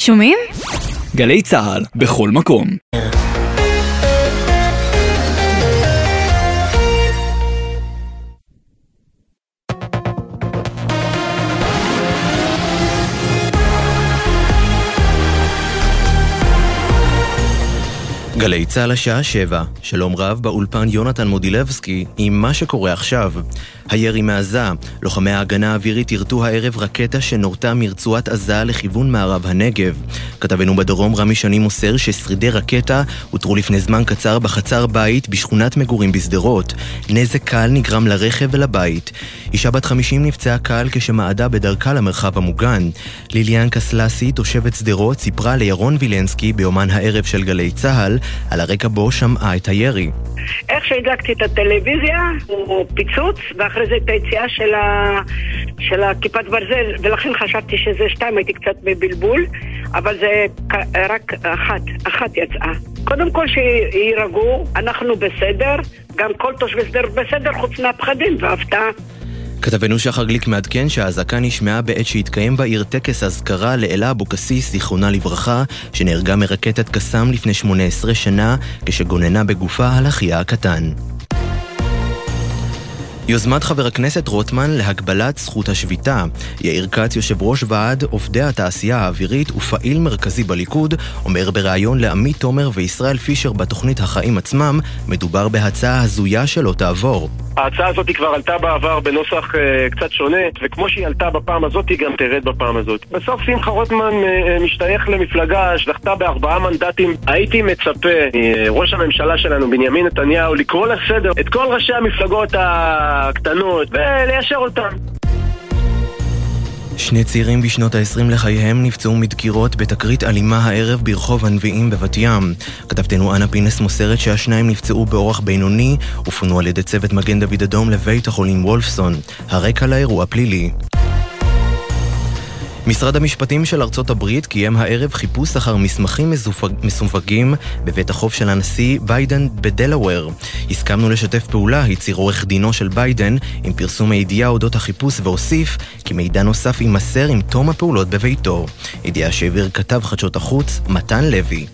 שומעים? גלי צהל, בכל מקום. גלי צהל השעה 7, שלום רב באולפן יונתן מודילבסקי עם מה שקורה עכשיו. הירי מעזה, לוחמי ההגנה האווירית ירתו הערב רקטה שנורתה מרצועת עזה לכיוון מערב הנגב. כתבנו בדרום רמי שני מוסר ששרידי רקטה הותרו לפני זמן קצר בחצר בית בשכונת מגורים בסדרות. נזק קל נגרם לרכב ולבית. אישה בת 50 נפצעה קל כשמעדה בדרכה למרחב המוגן. ליליאן קסלסי, תושבת סדרות, סיפרה לירון וילנסקי ביומן הערב של גלי צהל על הרקע בו שמעה את הירי. איך שהדלקתי את הטלוויזיה, הוא פיצוץ, ואחרי זה את היציאה של הכיפת ברזל, ולכן חשבתי שזה 2, הייתי קצת בבלבול, אבל זה רק אחת יצאה. קודם כל שירגעו, אנחנו בסדר, גם כל תושבי סדר בסדר, חוץ מהפחדים וההפתעה. כתבנו שחר גליק מעדכן שהאזעקה נשמעה בעת שהתקיים בעיר טקס אזכרה לאלה אבוקסיס, זיכרונה לברכה, שנהרגה מרקטת קסאם לפני 18 שנה, כשגוננה בגופה על אחיה הקטן. יוזמת חבר הכנסת רוטמן להגבלת זכות השביתה. יאיר כץ, יושב ראש ועד עובדי התעשייה האווירית ופעיל מרכזי בליכוד, אומר בראיון לעמית תומר וישראל פישר בתוכנית החיים עצמם, מדובר בהצעה הזויה שלא תעבור. ההצעה הזאת כבר עלתה בעבר בנוסח קצת שונה, וכמו שהיא עלתה בפעם הזאת, היא גם תרד בפעם הזאת. בסוף שמחה רוטמן משתייך למפלגה שזכתה ב4 מנדטים. הייתי מצפה ראש הממשלה שלנו, בנימין נתניהו, לקרוא לסדר את כל ראשי המפלגות הקטנות וליישר אותם. 2 צעירים בשנות ה-20 לחייהם נפצעו מדקירות בתקרית אלימה הערב ברחוב הנביאים בבת ים. כתבתנו אנה פינס מוסרת שהשניים נפצעו באורח בינוני ופונו על ידי צוות מגן דוד אדום לבית החולים וולפסון. הרקע לאירוע פלילי. משרד המשפטים של ארצות הברית קיים הערב חיפוש אחר מסמכים מסווגים בבית החוף של הנשיא ביידן בדלוור. הסכמנו לשתף פעולה, הצהיר עורך דינו של ביידן, עם פרסום הידיעה אודות החיפוש, והוסיף כי מידע נוסף יימסר עם תום הפעולות בביתו. ידיעה שהעביר כתב חדשות החוץ מתן לוי.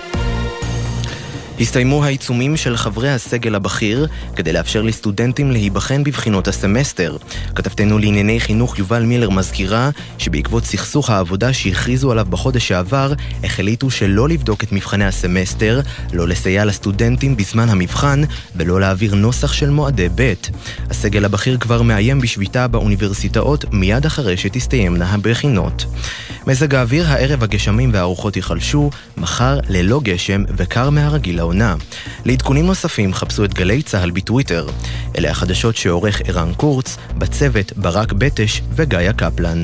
הסתיימו העיצומים של חברי הסגל הבכיר כדי לאפשר לסטודנטים להיבחן בבחינות הסמסטר. כתבתנו לענייני חינוך יובל מילר מזכירה שבעקבות סכסוך העבודה שהכריזו עליו בחודש שעבר, החליטו שלא לבדוק את מבחני הסמסטר, לא לסייע לסטודנטים בזמן המבחן ולא להעביר נוסח של מועדי ב'. הסגל הבכיר כבר מאיים בשביתה באוניברסיטאות מיד אחרי שתסתיימנה הבחינות. מזג האוויר, הערב הגשמים והארוחות יחלשו, מחר ללא גשם וקר מהרגיל לעונה. לעדכונים נוספים חפשו את גלי צהל בטוויטר. אלה החדשות שעורך ערן קורץ, בצוות ברק בטש וגיא קפלן.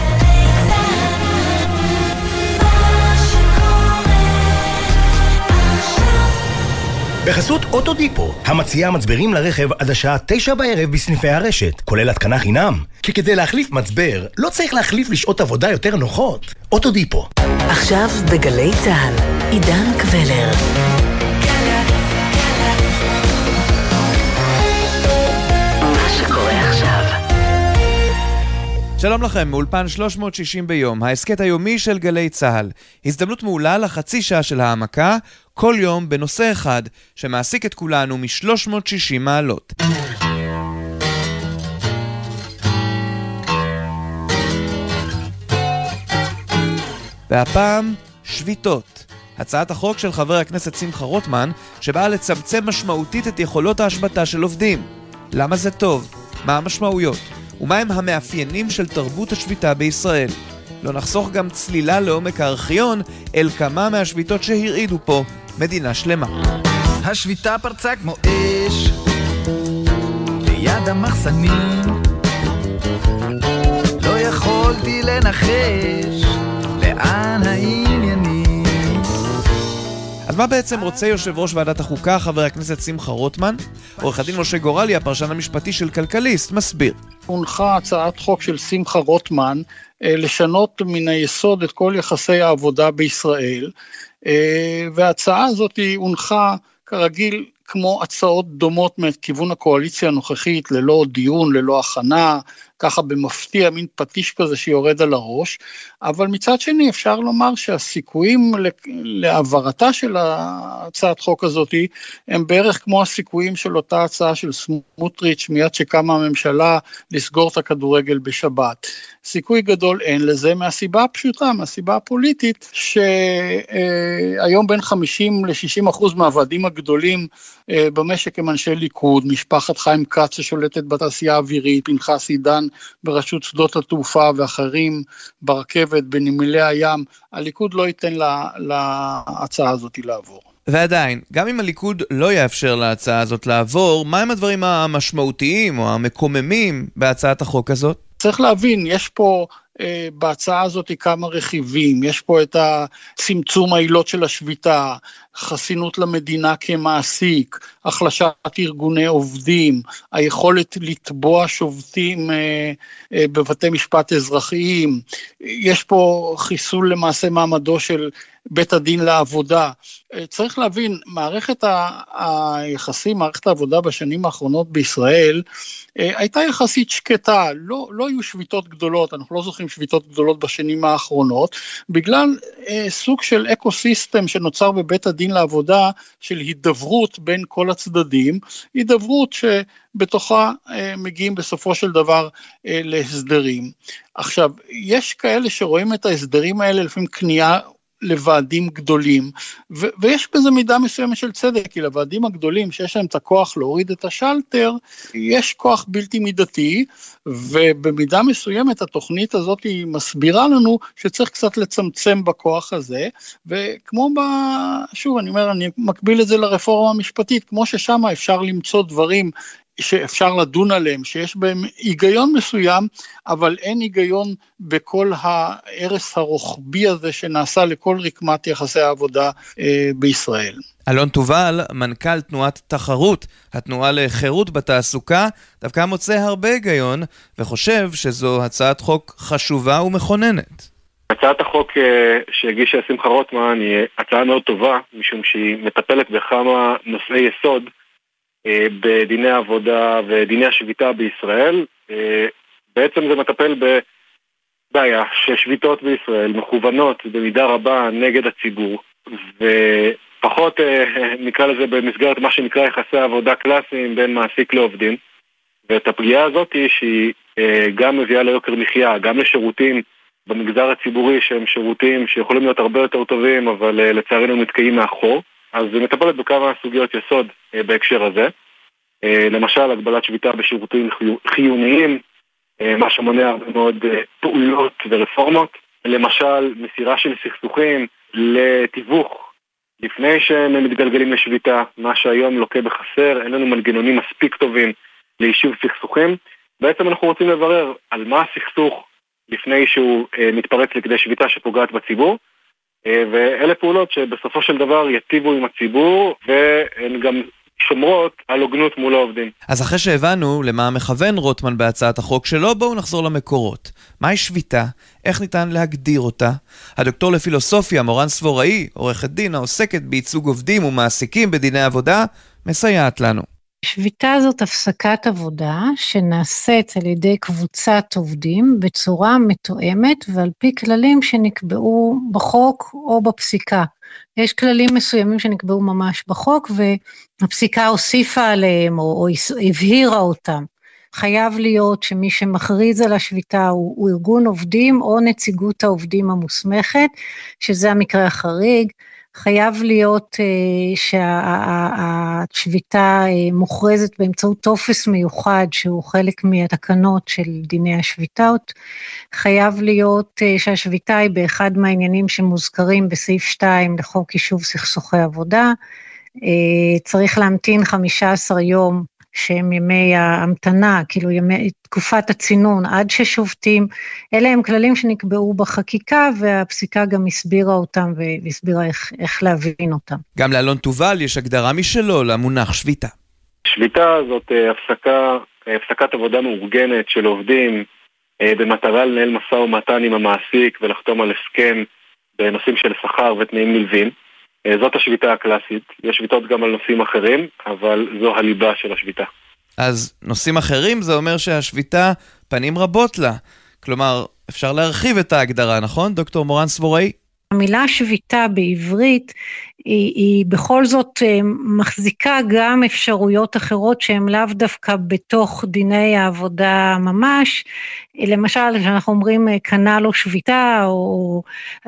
בחסות אוטודיפו, המציעה מצברים לרכב עד השעה 9 בערב בסניפי הרשת, כולל התקנה חינם. כי כדי להחליף מצבר, לא צריך להחליף לשעות עבודה יותר נוחות. אוטודיפו. עכשיו בגלי צהל, עידן קבלר. מה שקורה עכשיו. שלום לכם, מאולפן 360 ביום, ההסקט היומי של גלי צהל. הזדמנות מעולה לחצי שעה של העמקה, כל יום בנושא אחד שמעסיק את כולנו מ-360 מעלות. והפעם, שביתות. הצעת החוק של חבר הכנסת שמחה רוטמן שבאה לצמצם משמעותית את יכולות ההשבתה של עובדים. למה זה טוב? מה המשמעויות? ומהם המאפיינים של תרבות השביתה בישראל? לא נחסוך גם צלילה לעומק הארכיון אל כמה מהשביתות שהרעידו פה מדינה שלמה. השביתה פרצה כמו אש ליד המחסנים, לא יכולתי לנחש לאן העניינים. אז מה בעצם רוצה יושב ראש ועדת החוקה חבר הכנסת שמחה רוטמן? עורך הדין משה גורלי, הפרשן המשפטי של כלכליסט, מסביר. הונחה הצעת חוק של שמחה רוטמן לשנות מן היסוד את כל יחסי העבודה בישראל, וההצעה הזאת הונחה כרגיל כמו הצעות דומות מכיוון הקואליציה הנוכחית, ללא דיון, ללא הכנה, ככה במפתיע, מין פטיש כזה שיורד על הראש, אבל מצד שני אפשר לומר שהסיכויים לעברתה של הצעת חוק הזאת, הם בערך כמו הסיכויים של אותה הצעה של סמוטריץ' מיד שקמה הממשלה לסגור את הכדורגל בשבת. סיכוי גדול אין לזה מהסיבה הפשוטה, מהסיבה הפוליטית, שהיום בין 50 ל-60% מהוועדים הגדולים במשק הם אנשי ליכוד, משפחת חיים כץ ששולטת בתעשייה האווירית, פנחס עידן ברשות שדות התעופה ואחרים ברכבת, בנמלי הים, הליכוד לא ייתן להצעה הזאת לעבור. ועדיין, גם אם הליכוד לא יאפשר להצעה הזאת לעבור, מהם הדברים המשמעותיים או המקוממים בהצעת החוק הזאת? צריך להבין, יש פה בהצעה הזאת כמה רכיבים, יש פה את הצמצום העילות של השביתה, חסינות למדינה כמעסיק, החלשת ארגוני עובדים, היכולת לתבוע שובתים בבתי משפט אזרחיים, יש פה חיסול למעשה מעמדו של בית הדין לעבודה. צריך להבין, מערכת היחסים, מערכת העבודה בשנים האחרונות בישראל, הייתה יחסית שקטה, לא היו שביתות גדולות, אנחנו לא זוכרים שביתות גדולות בשנים האחרונות, בגלל סוג של אקוסיסטם שנוצר בבית הדין לעבודה, של הידברות בין כל הצדדים, הידברות שבתוכה מגיעים בסופו של דבר להסדרים. עכשיו, יש כאלה שרואים את ההסדרים האלה לפעמים כניעה לוועדים גדולים, ויש בזה מידה מסוימת של צדק, כי לוועדים הגדולים שיש להם את הכוח להוריד את השלטר, יש כוח בלתי מידתי, ובמידה מסוימת התוכנית הזאת היא מסבירה לנו שצריך קצת לצמצם בכוח הזה, וכמו שוב אני אומר, אני מקביל את זה לרפורמה המשפטית, כמו ששם אפשר למצוא דברים שאפשר לדון עליהם, שיש בהם היגיון מסוים, אבל אין היגיון בכל הערס הרוחבי הזה שנעשה לכל רקמת יחסי העבודה בישראל. אלון תובל, מנכ"ל תנועת תחרות, התנועה לחירות בתעסוקה, דווקא מוצא הרבה היגיון, וחושב שזו הצעת חוק חשובה ומכוננת. הצעת החוק שהגישה שמחה רוטמן היא הצעה מאוד טובה, משום שהיא מטפלת בכמה נושאי יסוד, בדיני העבודה ודיני השביתה בישראל. בעצם זה מטפל בבעיה ששביתות בישראל מכוונות במידה רבה נגד הציבור, ופחות נקרא לזה במסגרת מה שנקרא יחסי עבודה קלאסיים בין מעסיק לעובדים, ואת הפגיעה הזאת שהיא גם מביאה ליוקר מחיה, גם לשירותים במגזר הציבורי שהם שירותים שיכולים להיות הרבה יותר טובים, אבל לצערנו מתקיים מאחור. אז זה מטפלת בכמה סוגיות יסוד בהקשר הזה. למשל, הגבלת שביתה בשירותים חיוניים, מה שמונע הרבה מאוד פעולות ורפורמות. למשל, מסירה של סכסוכים לתיווך לפני שהם מתגלגלים לשביתה, מה שהיום לוקה בחסר, אין לנו מנגנונים מספיק טובים ליישוב סכסוכים. בעצם אנחנו רוצים לברר על מה הסכסוך לפני שהוא מתפרץ לכדי שביתה שפוגעת בציבור, ואלה פעולות שבסופו של דבר יטיבו עם הציבור, והן גם שומרות על הוגנות מול העובדים. אז אחרי שהבנו למה מכוון רוטמן בהצעת החוק שלו, בואו נחזור למקורות. מהי שביתה? איך ניתן להגדיר אותה? הדוקטור לפילוסופיה, מורן סבוראי, עורכת דין העוסקת בייצוג עובדים ומעסיקים בדיני עבודה, מסייעת לנו. שביתה זאת הפסקת עבודה שנעשית על ידי קבוצת עובדים בצורה מתואמת ועל פי כללים שנקבעו בחוק או בפסיקה. יש כללים מסוימים שנקבעו ממש בחוק והפסיקה הוסיפה עליהם או הבהירה אותם. חייב להיות שמי שמכריז על השביתה הוא ארגון עובדים או נציגות העובדים המוסמכת, שזה המקרה החריג. חייב להיות שהשביתה מוכרזת באמצעות טופס מיוחד שהוא חלק מהתקנות של דיני השביתות. חייב להיות שהשביתה היא באחד מהעניינים שמוזכרים בסעיף 2 לחוק יישוב סכסוכי עבודה. צריך להמתין 15 יום שהם ימי ההמתנה, כאילו תקופת הצינון עד ששובתים. אלה הם כללים שנקבעו בחקיקה, והפסיקה גם הסבירה אותם והסבירה איך להבין אותם. גם לאלון תובל יש הגדרה משלו למונח שביתה. שביתה זאת הפסקת עבודה מאורגנת של עובדים במטרה לנהל משא ומתן עם המעסיק ולחתום על הסכם בנושאים של שכר ותנאים נלווים. זאת השביתה הקלאסית. יש שביתות גם על נושאים אחרים, אבל זו הליבה של השביתה. אז נושאים אחרים זה אומר שהשביתה פנים רבות לה. כלומר, אפשר להרחיב את ההגדרה, נכון, דוקטור מורן סבוראי? המילה שביתה בעברית היא בכל זאת מחזיקה גם אפשרויות אחרות שהן לאו דווקא בתוך דיני העבודה ממש, למשל שאנחנו אומרים קנה לו שביתה או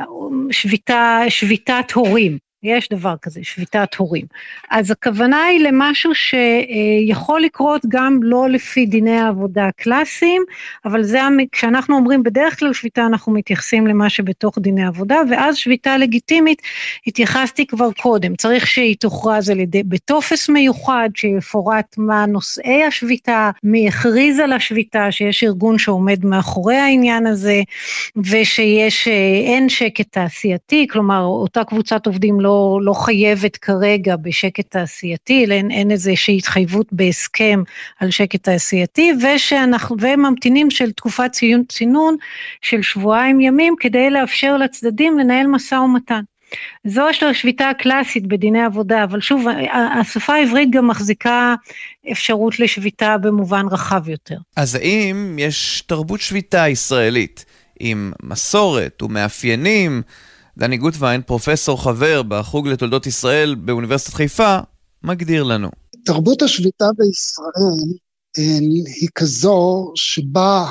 שביתת הורים. יש דבר כזה, שביתת הורים. אז הכוונה היא למשהו שיכול לקרות גם לא לפי דיני העבודה הקלאסיים, אבל זה, כשאנחנו אומרים בדרך כלל שביתה, אנחנו מתייחסים למה שבתוך דיני העבודה, ואז שביתה לגיטימית, התייחסתי כבר קודם, צריך שהיא תוכרז על ידי, בטופס מיוחד, שיפורט מה נושאי השביתה, מי הכריז על השביתה, שיש ארגון שעומד מאחורי העניין הזה, ושיש אין שקט תעשייתי, כלומר, אותה קבוצת עובדים לא חייבת כרגע בשקט תעשייתי, אין איזושהי התחייבות בהסכם על שקט תעשייתי, וממתינים של תקופת צינון של שבועיים ימים, כדי לאפשר לצדדים לנהל משא ומתן. זו השביתה הקלאסית בדיני עבודה, אבל שוב, השפה העברית גם מחזיקה אפשרות לשביתה במובן רחב יותר. אז האם יש תרבות שביתה ישראלית, עם מסורת ומאפיינים? דני גוטווין, פרופסור חבר בחוג לתולדות ישראל באוניברסיטת חיפה, מגדיר לנו. תרבות השביתה בישראל היא כזו שבה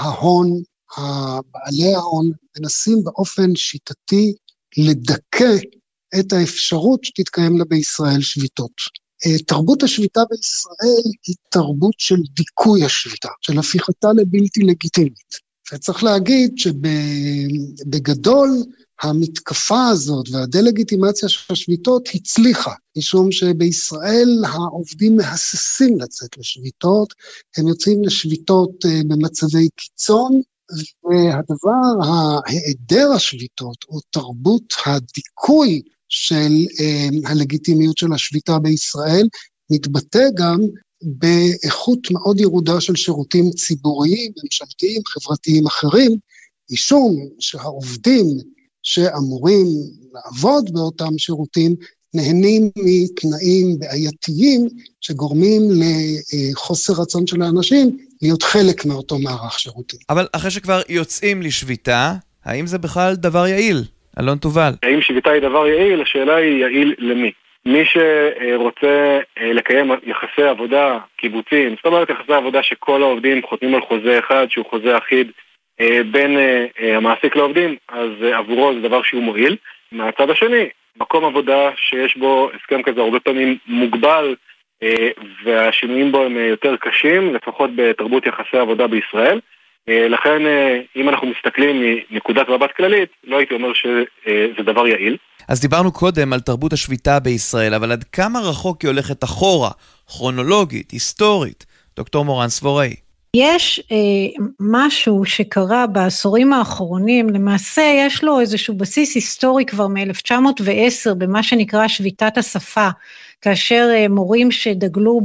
בעלי ההון מנסים באופן שיטתי לדכא את האפשרות שתתקיים לה בישראל שביתות. תרבות השביתה בישראל היא תרבות של דיכוי השביתה, של הפיכתה לבלתי לגיטימית. וצריך להגיד שבגדול המתקפה הזאת והדלגיטימציה של השביתות הצליחה, משום שבישראל העובדים מהססים לצאת לשביתות, הם יוצאים לשביתות במצבי קיצון, והדבר, העדר השביתות, או תרבות הדיכוי של הלגיטימיות של השביתה בישראל, מתבטא גם באיכות מאוד ירודה של שירותים ציבוריים, ממשלתיים, חברתיים אחרים, משום שהעובדים שאמורים לעבוד באותם שירותים, נהנים מתנאים בעייתיים שגורמים לחוסר רצון של האנשים להיות חלק מאותו מערך שירותים. אבל אחרי שכבר יוצאים לשביתה, האם זה בכלל דבר יעיל? אלון תובל. האם שביתה היא דבר יעיל? השאלה היא יעיל למי? מי שרוצה לקיים יחסי עבודה קיבוציים, זאת אומרת יחסי עבודה שכל העובדים חותמים על חוזה אחד שהוא חוזה אחיד בין המעסיק לעובדים, אז עבורו זה דבר שהוא מועיל. מהצד השני, מקום עבודה שיש בו הסכם כזה הרבה פעמים מוגבל, והשינויים בו הם יותר קשים, לפחות בתרבות יחסי עבודה בישראל. לכן, אם אנחנו מסתכלים מנקודת מבט כללית, לא הייתי אומר שזה דבר יעיל. אז דיברנו קודם על תרבות השביתה בישראל, אבל עד כמה רחוק היא הולכת אחורה, כרונולוגית, היסטורית? דוקטור מורן סבוראי. יש משהו שקרה בעשורים האחרונים, למעשה יש לו איזשהו בסיס היסטורי כבר מ-1910, במה שנקרא שביתת השפה, כאשר מורים שדגלו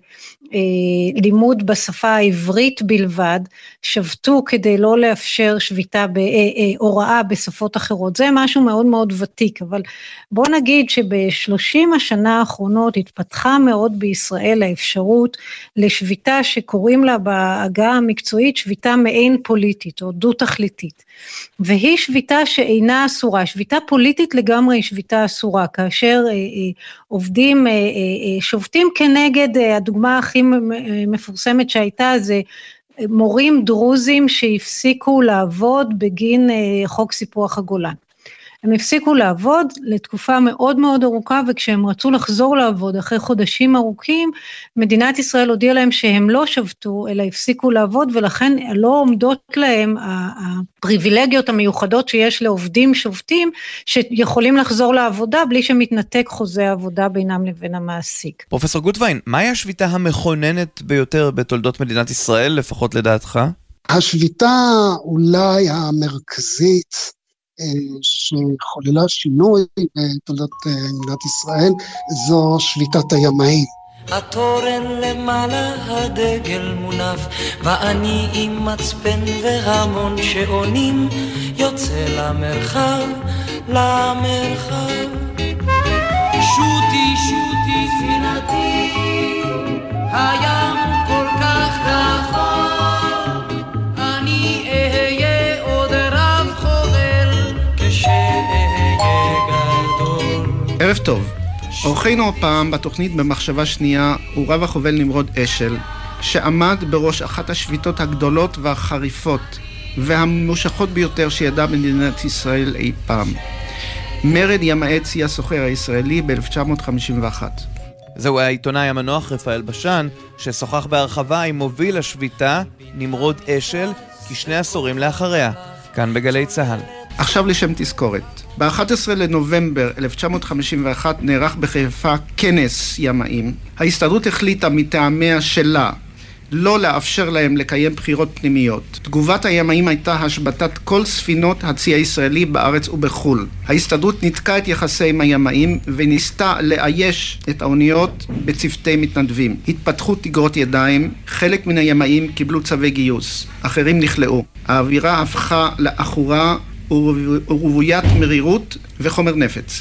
בלימוד בשפה העברית בלבד, שבתו כדי לא לאפשר שביתה בהוראה בשפות אחרות. זה משהו מאוד מאוד ותיק, אבל בוא נגיד שב-30 השנה האחרונות התפתחה מאוד בישראל האפשרות לשביתה שקוראים לה בהגה המקצועית שביתה מעין פוליטית או דו-תכליתית. והיא שביתה שאינה אסורה, שביתה פוליטית לגמרי היא שביתה אסורה, כאשר עובדים שובתים כנגד, הדוגמה הכי מפורסמת שהייתה זה מורים דרוזים שהפסיקו לעבוד בגין חוק סיפוח הגולן. הם הפסיקו לעבוד לתקופה מאוד מאוד ארוכה, וכשהם רצו לחזור לעבוד אחרי חודשים ארוכים, מדינת ישראל הודיעה להם שהם לא שבתו, אלא הפסיקו לעבוד, ולכן לא עומדות להם הפריבילגיות המיוחדות שיש לעובדים שובתים, שיכולים לחזור לעבודה בלי שמתנתק חוזה העבודה בינם לבין המעסיק. פרופסור גוטווין, מהי השביתה המכוננת ביותר בתולדות מדינת ישראל, לפחות לדעתך? השביתה אולי המרכזית, שחוללה שינוי בתולדות מדינת ישראל, זו שביתת הימאים. התורן למעלה הדגל מונף, ואני עם מצפן והמון שעונים, יוצא למרחב, למרחב. שוטי שוטי ספינתי, הים כל כך ערב טוב. אורחנו הפעם בתוכנית במחשבה שנייה הוא רב החובל נמרוד אשל, שעמד בראש אחת השביתות הגדולות והחריפות והממושכות ביותר שידעה מדינת ישראל אי פעם. מרד ימאי צי הסוחר הישראלי ב-1951. זהו העיתונאי המנוח רפאל בשן, ששוחח בהרחבה עם מוביל השביתה נמרוד אשל כ2 עשורים לאחריה, כאן בגלי צהל. עכשיו לשם תזכורת. ב-11 לנובמבר 1951 נערך בחיפה כנס ימאים. ההסתדרות החליטה מטעמיה שלה לא לאפשר להם לקיים בחירות פנימיות. תגובת הימאים הייתה השבתת כל ספינות הצי הישראלי בארץ ובחול. ההסתדרות ניתקה את יחסי עם הימאים וניסתה לאייש את האוניות בצוותי מתנדבים. התפתחו תגרות ידיים, חלק מן הימאים קיבלו צווי גיוס, אחרים נכלאו. האווירה הפכה לאחורה ורוויית מרירות וחומר נפץ.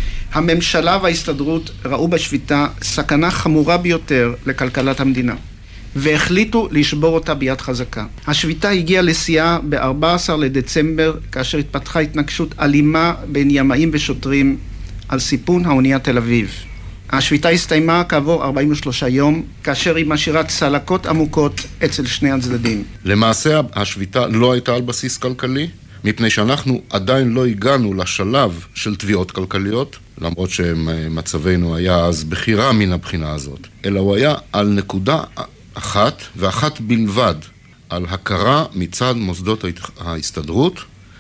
הממשלה וההסתדרות ראו בשביתה סכנה חמורה ביותר לכלכלת המדינה, והחליטו לשבור אותה ביד חזקה. השביתה הגיעה לשיאה ב-14 לדצמבר, כאשר התפתחה התנגשות אלימה בין ימאים ושוטרים על סיפון האונייה תל אביב. השביתה הסתיימה כעבור 43 יום, כאשר היא משאירה צלקות עמוקות אצל שני הצדדים. למעשה השביתה לא הייתה על בסיס כלכלי, מפני שאנחנו עדיין לא הגענו לשלב של תביעות כלכליות, למרות שמצבנו היה אז בחירה מן הבחינה הזאת, אלא הוא היה על נקודה אחת ואחת בלבד, על הכרה מצד מוסדות ההסתדרות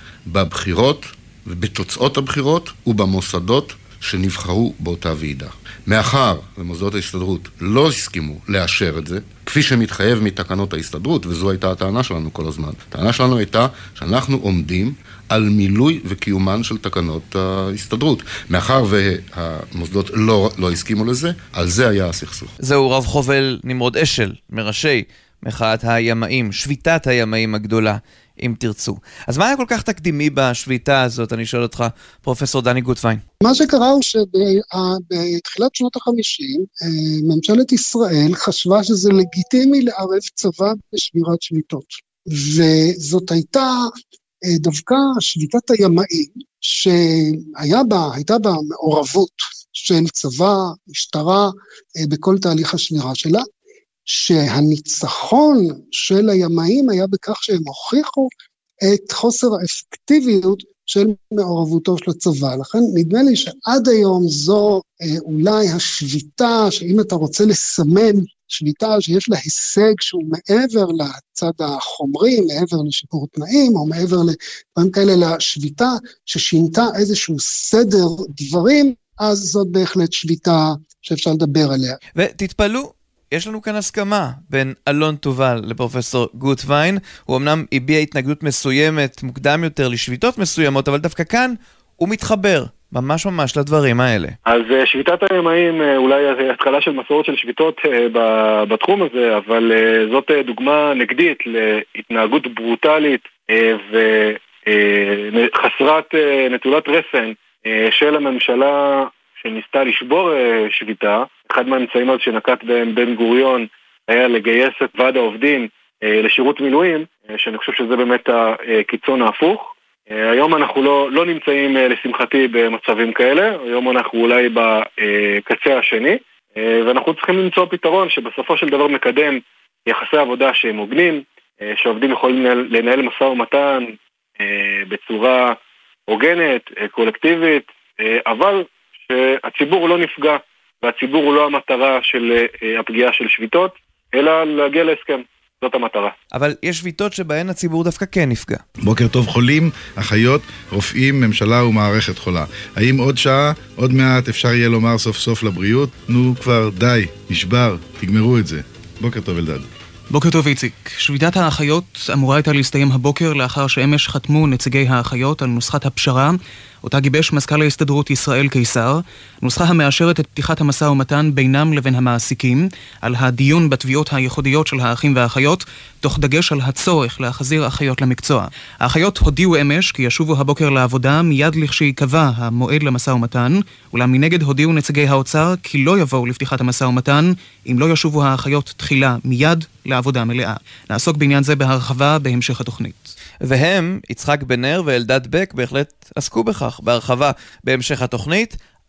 בבחירות ובתוצאות הבחירות ובמוסדות שנבחרו באותה ועידה. מאחר ומוסדות ההסתדרות לא הסכימו לאשר את זה, כפי שמתחייב מתקנות ההסתדרות, וזו הייתה הטענה שלנו כל הזמן. הטענה שלנו הייתה שאנחנו עומדים על מילוי וקיומן של תקנות ההסתדרות. מאחר והמוסדות לא הסכימו לזה, על זה היה הסכסוך. זהו רב חובל נמרוד אשל, מראשי מחאת הימאים, שביתת הימאים הגדולה, אם תרצו. אז מה היה כל כך תקדימי בשביתה הזאת? אני שואל אותך, פרופסור דני גוטווין. מה שקרה הוא שבתחילת שנות ה-50, ממשלת ישראל חשבה שזה לגיטימי לערב צבא בשבירת שביתות. וזאת הייתה דווקא שביתת הימאים, שהייתה בה מעורבות של צבא, משטרה, בכל תהליך השמירה שלה, שהניצחון של הימאים היה בכך שהם הוכיחו את חוסר האפקטיביות של מעורבותו של הצבא. לכן נדמה לי שעד היום זו אולי השביתה, שאם אתה רוצה לסמן שביתה שיש לה הישג שהוא מעבר לצד החומרי, מעבר לשיפור תנאים, או מעבר לדברים כאלה לשביתה, ששינתה איזשהו סדר דברים, אז זאת בהחלט שביתה שאפשר לדבר עליה. ותתפלאו, יש לנו כאן הסכמה בין אלון תובל לפרופסור גוטווין. הוא אמנם הביע התנגדות מסוימת מוקדם יותר לשביתות מסוימות, אבל דווקא כאן הוא מתחבר ממש לדברים האלה. אז שביתת הימאים אולי התחלה של מסורת של שביתות בתחום הזה, אבל זאת דוגמה נגדית להתנהגות ברוטלית וחסרת נטולת רסן של הממשלה שניסתה לשבור שביתה. אחד מהאמצעים אז שנקט בן גוריון היה לגייס את ועד העובדים לשירות מילואים, שאני חושב שזה באמת הקיצון ההפוך. היום אנחנו לא נמצאים לשמחתי במצבים כאלה, היום אנחנו אולי בקצה השני, ואנחנו צריכים למצוא פתרון שבסופו של דבר מקדם יחסי עבודה שהם הוגנים, שעובדים יכולים לנהל משא ומתן בצורה הוגנת, קולקטיבית, אבל שהציבור לא נפגע, והציבור הוא לא המטרה של הפגיעה של שביתות, אלא להגיע להסכם. זאת המטרה. אבל יש שביתות שבהן הציבור דווקא כן נפגע. בוקר טוב חולים, אחיות, רופאים, ממשלה ומערכת חולה. האם עוד שעה, עוד מעט אפשר יהיה לומר סוף סוף לבריאות? נו כבר די, נשבר, תגמרו את זה. בוקר טוב אלדד. בוקר טוב איציק. שביתת האחיות אמורה הייתה להסתיים הבוקר לאחר שאמש חתמו נציגי האחיות על נוסחת הפשרה, אותה גיבש מזכ"ל ההסתדרות ישראל קיסר, נוסחה המאשרת את פתיחת המשא ומתן בינם לבין המעסיקים, על הדיון בתביעות הייחודיות של האחים והאחיות, תוך דגש על הצורך להחזיר אחיות למקצוע. האחיות הודיעו אמש כי ישובו הבוקר לעבודה מיד לכשיקבע המועד למשא ומתן, אולם מנגד הודיעו נציגי האוצר כי לא יבואו לפתיחת המשא ומתן, אם לא ישובו האחיות תחילה מיד לעבודה מלאה. נעסוק בעניין זה בהרחבה בהמשך התוכנית. והם, יצחק בנר ואלדד בק, בהחלט עסקו בכך בהרחבה בהמשך התוכנית.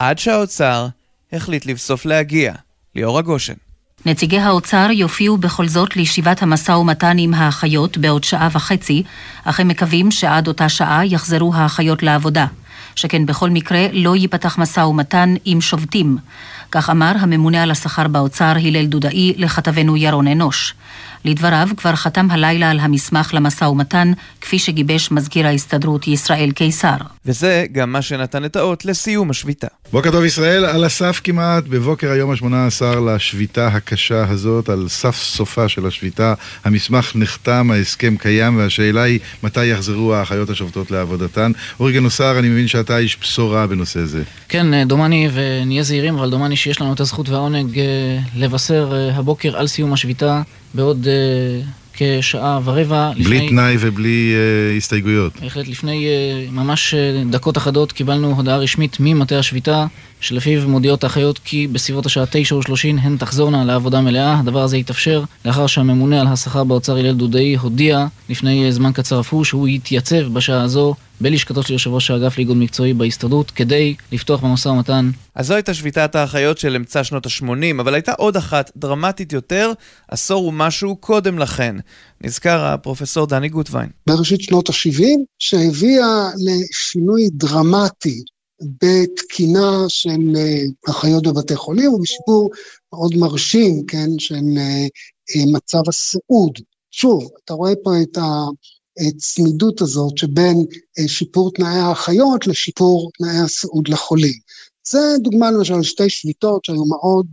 עד שהאוצר החליט לבסוף להגיע. ליאור הגושן. נציגי האוצר יופיעו בכל זאת לישיבת המשא ומתן עם האחיות בעוד שעה וחצי, אך הם מקווים שעד אותה שעה יחזרו האחיות לעבודה. שכן בכל מקרה לא ייפתח משא ומתן עם שובתים. כך אמר הממונה על השכר באוצר הלל דודאי לכתבנו ירון אנוש. לדבריו כבר חתם הלילה על המסמך למשא ומתן, כפי שגיבש מזכיר ההסתדרות ישראל קיסר. וזה גם מה שנתן את האות לסיום השביתה. בוקר טוב ישראל, על הסף כמעט, בבוקר היום ה-18 לשביתה הקשה הזאת, על סף סופה של השביתה, המסמך נחתם, ההסכם קיים, והשאלה היא מתי יחזרו האחיות השובתות לעבודתן. אורי גנוסר, אני מבין שאתה איש בשורה בנושא זה. כן, דומני, ונהיה זהירים, אבל דומני שיש לנו את הזכות והעונג לבשר הבוקר על סיום השביתה בעוד כשעה ורבע. בלי תנאי ובלי הסתייגויות. בהחלט, לפני ממש דקות אחדות קיבלנו הודעה רשמית ממטה השביתה, שלפיו מודיעות האחיות כי בסביבות השעה 9:30 הן תחזורנה לעבודה מלאה. הדבר הזה יתאפשר לאחר שהממונה על השכר באוצר הלל דודאי הודיע לפני זמן קצר אף הוא שהוא יתייצב בשעה הזו בלשכתו של יושב ראש האגף לאיגוד מקצועי בהסתדרות כדי לפתוח במשא ומתן. אז זו הייתה שביתת האחיות של אמצע שנות ה-80, אבל הייתה עוד אחת דרמטית יותר, עשור ומשהו קודם לכן. נזכר הפרופסור דני גוטווין. בראשית שנות ה-70, שהביאה לשינוי דרמטי בתקינה של אחיות בבתי חולים, ובשיפור מאוד מרשים, כן, של מצב הסיעוד. שוב, אתה רואה פה את הצמידות הזאת שבין שיפור תנאי האחיות לשיפור תנאי הסיעוד לחולים. זה דוגמה למשל שתי שביתות שהיו מאוד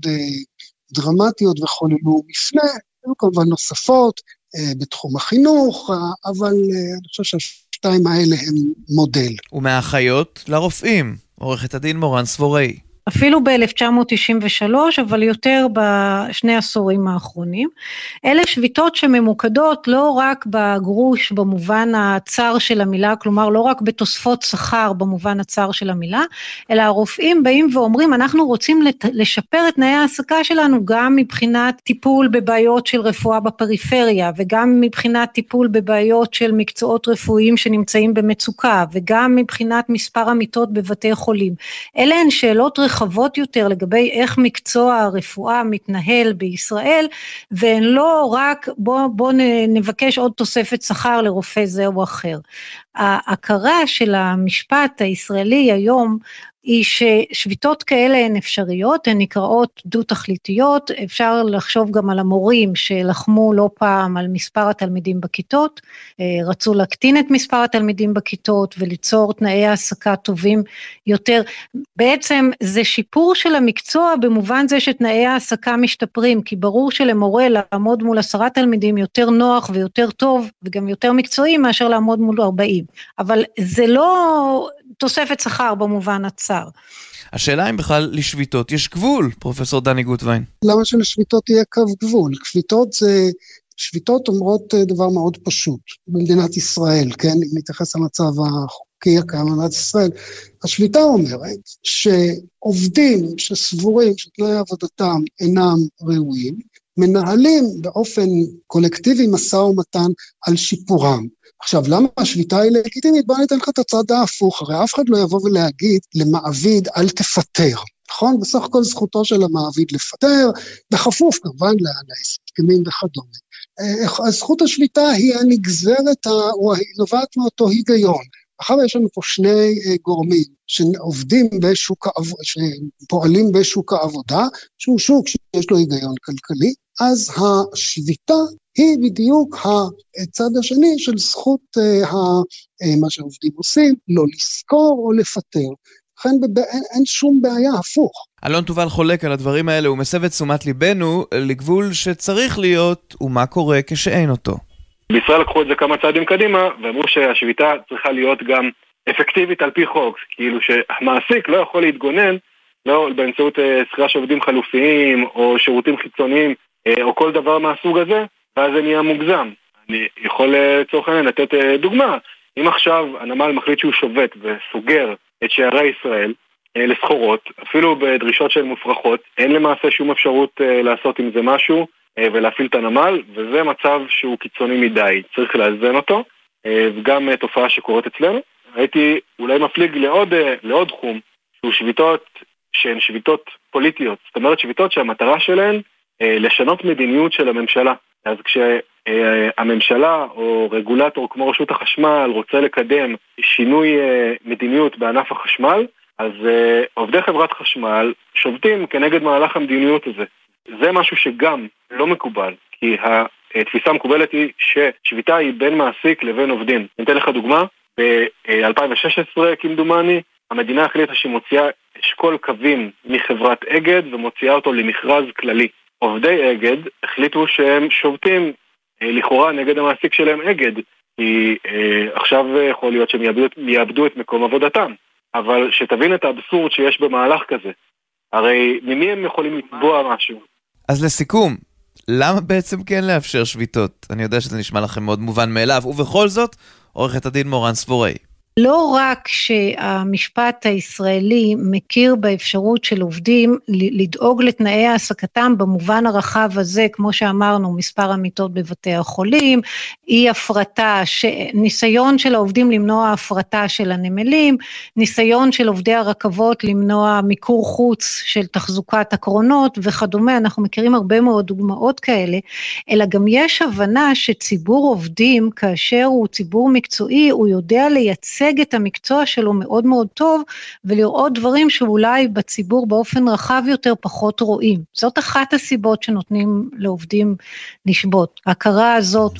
דרמטיות וחוללו מפנה, היו כמובן נוספות בתחום החינוך, אבל אני חושב שהשתיים האלה הם מודל. ומהאחיות לרופאים, עורכת הדין מורן סבורי. אפילו ב-1993, אבל יותר בשני עשורים האחרונים. אלה שביתות שממוקדות לא רק בגרוש במובן הצר של המילה, כלומר לא רק בתוספות שכר במובן הצר של המילה, אלא הרופאים באים ואומרים, אנחנו רוצים לשפר את תנאי העסקה שלנו, גם מבחינת טיפול בבעיות של רפואה בפריפריה, וגם מבחינת טיפול בבעיות של מקצועות רפואיים שנמצאים במצוקה, וגם מבחינת מספר המיטות בבתי חולים. אלה הן שאלות רחבות יותר לגבי איך מקצוע הרפואה מתנהל בישראל, והן לא רק בוא נבקש עוד תוספת שכר לרופא זה או אחר. ההכרה של המשפט הישראלי היום היא ששביתות כאלה הן אפשריות, הן נקראות דו-תכליתיות, אפשר לחשוב גם על המורים שלחמו לא פעם על מספר התלמידים בכיתות, רצו להקטין את מספר התלמידים בכיתות וליצור תנאי העסקה טובים יותר. בעצם זה שיפור של המקצוע במובן זה שתנאי העסקה משתפרים, כי ברור שלמורה לעמוד מול 10 תלמידים יותר נוח ויותר טוב וגם יותר מקצועי מאשר לעמוד מול 40, אבל זה לא תוספת שכר במובן הצר. השאלה אם בכלל לשביתות יש גבול, פרופסור דני גוטווין. למה שלשביתות יהיה קו גבול? שביתות אומרות דבר מאוד פשוט, במדינת ישראל, כן? אם נתייחס למצב החוקי הקיים במדינת ישראל, השביתה אומרת שעובדים שסבורים שתנאי עבודתם אינם ראויים, מנהלים באופן קולקטיבי משא ומתן על שיפורם. עכשיו, למה השביתה היא לגיטימית? בוא ניתן לך את הצד ההפוך, הרי אף אחד לא יבוא ולהגיד למעביד אל תפטר, נכון? בסך הכל זכותו של המעביד לפטר, בכפוף כמובן להסכמים וכדומה. זכות השביתה היא הנגזרת, או היא נובעת מאותו היגיון. אחר יש לנו פה שני גורמים שעובדים שפועלים בשוק העבודה, שהוא שוק שיש לו היגיון כלכלי, אז השביתה היא בדיוק הצד השני של זכות מה שעובדים עושים, לא לזכור או לפטר. לכן אין שום בעיה, הפוך. אלון תובל חולק על הדברים האלה ומסב את תשומת ליבנו לגבול שצריך להיות ומה קורה כשאין אותו. בישראל לקחו את זה כמה צעדים קדימה ואמרו שהשביתה צריכה להיות גם אפקטיבית על פי חוק, כאילו שהמעסיק לא יכול להתגונן לא באמצעות שכירה של עובדים חלופיים או שירותים חיצוניים או כל דבר מהסוג הזה, ואז זה נהיה מוגזם. אני יכול לצורך העניין לתת דוגמה. אם עכשיו הנמל מחליט שהוא שובת וסוגר את שערי ישראל לסחורות, אפילו בדרישות שהן מופרכות, אין למעשה שום אפשרות לעשות עם זה משהו ולהפעיל את הנמל, וזה מצב שהוא קיצוני מדי. צריך לאזן אותו, וגם תופעה שקורית אצלנו. הייתי אולי מפליג לעוד תחום, שהוא שביתות שהן שביתות פוליטיות, זאת אומרת שביתות שהמטרה שלהן לשנות מדיניות של הממשלה. אז כשהממשלה או רגולטור כמו רשות החשמל רוצה לקדם שינוי מדיניות בענף החשמל, אז עובדי חברת חשמל שובתים כנגד מהלך המדיניות הזה. זה משהו שגם לא מקובל, כי התפיסה המקובלת היא ששביתה היא בין מעסיק לבין עובדים. ניתן לך דוגמה, ב-2016 כמדומני, המדינה החליטה שמוציאה אשכול קווים מחברת אגד ומוציאה אותו למכרז כללי. עובדי אגד החליטו שהם שובתים לכאורה נגד המעסיק שלהם אגד, כי עכשיו יכול להיות שהם יאבדו את מקום עבודתם. אבל שתבין את האבסורד שיש במהלך כזה. הרי ממי הם יכולים לתבוע משהו? אז לסיכום, למה בעצם כן לאפשר שביתות? אני יודע שזה נשמע לכם מאוד מובן מאליו, ובכל זאת, עורכת הדין מורן סבורי. לא רק שהמשפט הישראלי מכיר באפשרות של עובדים לדאוג לתנאי העסקתם במובן הרחב הזה, כמו שאמרנו, מספר המיטות בבתי החולים, אי הפרטה, ניסיון של העובדים למנוע הפרטה של הנמלים, ניסיון של עובדי הרכבות למנוע מיקור חוץ של תחזוקת הקרונות וכדומה, אנחנו מכירים הרבה מאוד דוגמאות כאלה, אלא גם יש הבנה שציבור עובדים, כאשר הוא ציבור מקצועי, הוא יודע לייצג את המקצוע שלו מאוד מאוד טוב, ולראות דברים שאולי בציבור באופן רחב יותר פחות רואים. זאת אחת הסיבות שנותנים לעובדים לשבות. ההכרה הזאת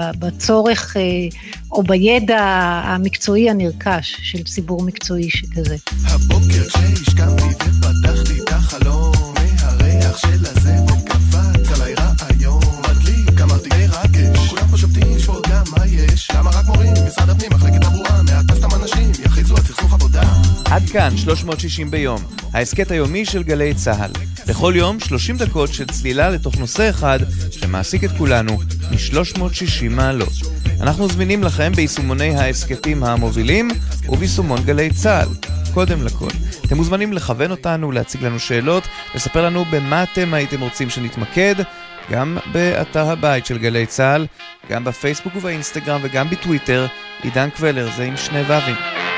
בצורך או בידע המקצועי הנרכש של ציבור מקצועי שכזה. הבוקר שהשכמתי ופתחתי את החלום, מהריח של הזבל קפץ עליי רעיון, מדליק אמרתי רגש, כולם פה שובתים שבות גם מה יש, למה רק מורים, משרד הפנים, מחלקת תברואה, מעט סתם אנשים יכריזו על סכסוך עבודה. עד כאן 360 ביום, ההסכת היומי של גלי צהל. לכל יום 30 דקות של צלילה לתוך נושא אחד שמעסיק את כולנו מ-360 מעלות. אנחנו זמינים לכם ביישומוני ההסכתים המובילים וביישומון גלי צהל. קודם לכל, אתם מוזמנים לכוון אותנו, להציג לנו שאלות, לספר לנו במה אתם הייתם רוצים שנתמקד, גם באתר הבית של גלי צהל, גם בפייסבוק ובאינסטגרם וגם בטוויטר. עידן קבלר, זה עם שני ו"ים.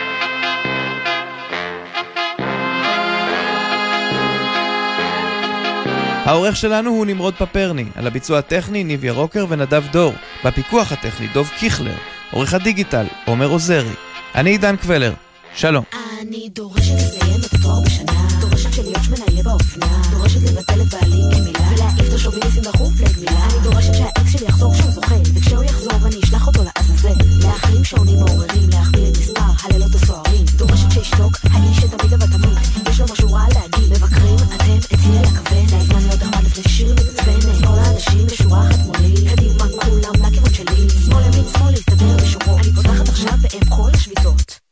העורך שלנו הוא נמרוד פפרני, על הביצוע הטכני ניביה רוקר ונדב דור, בפיקוח הטכני דוב קיכלר, עורך הדיגיטל עומר עוזרי. אני עידן קבלר, שלום. אני דורשת לסיים את התואר בשנה, דורשת שלהיות שמנה יהיה באופנה, דורשת לבטל את בעלי כמילה ולהעיף את השוביניסטים דחוף לגמילה. אני דורשת שהאקס שלי יחזור כשהוא זוכה, וכשהוא יחזור אני אשלח אותו לעזאזל, לאחים שעונים מעוררים, להכפיל את מספר הלילות הסוערים. דורשת שישתוק האיש שתמיד אבל תמיד יש לו משהו רע להגיד. מבקרים אתם אצלי על הכוון, זה הזמן להיות אחמד לפני שיר מתעצבנת. כל האנשים בשורה אחת מולי, קדימה כולם לכיוון שלי, שמאל ימין שמאל להסתדר בשורו. אני פותחת עכשיו באם כל השביתות.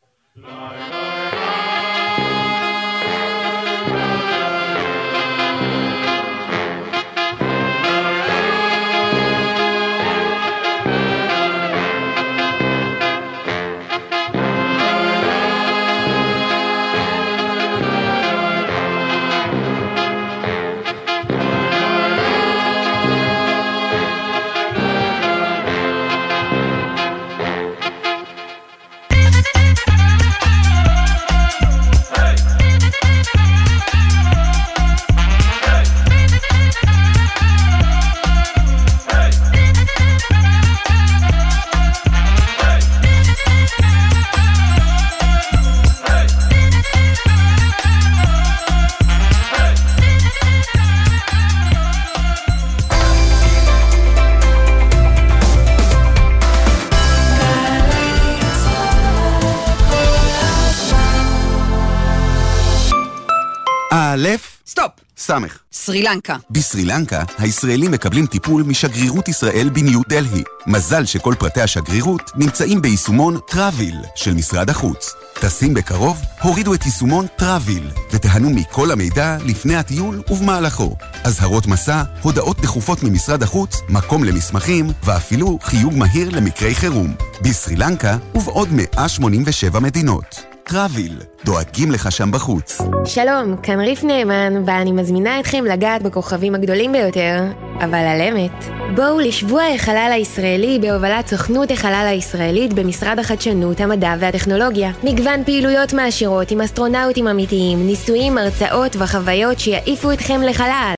סטופ! סמך. סרילנקה. בסרילנקה, הישראלים מקבלים טיפול משגרירות ישראל בניו דלהי. מזל שכל פרטי השגרירות נמצאים ביישומון טראביל של משרד החוץ. טסים בקרוב, הורידו את יישומון טראביל, ותהנו מכל המידע לפני הטיול ובמהלכו. אזהרות מסע, הודעות דחופות ממשרד החוץ, מקום למסמכים, ואפילו חיוג מהיר למקרי חירום. בסרילנקה ובעוד 187 מדינות. טראביל, דואגים לך שם בחוץ. שלום, כאן ריף נאמן, ואני מזמינה אתכם לגעת בכוכבים הגדולים ביותר. אבל על אמת. בואו לשבוע החלל הישראלי בהובלת סוכנות החלל הישראלית במשרד החדשנות, המדע והטכנולוגיה. מגוון פעילויות מעשירות עם אסטרונאוטים אמיתיים, ניסויים, הרצאות וחוויות שיעיפו אתכם לחלל.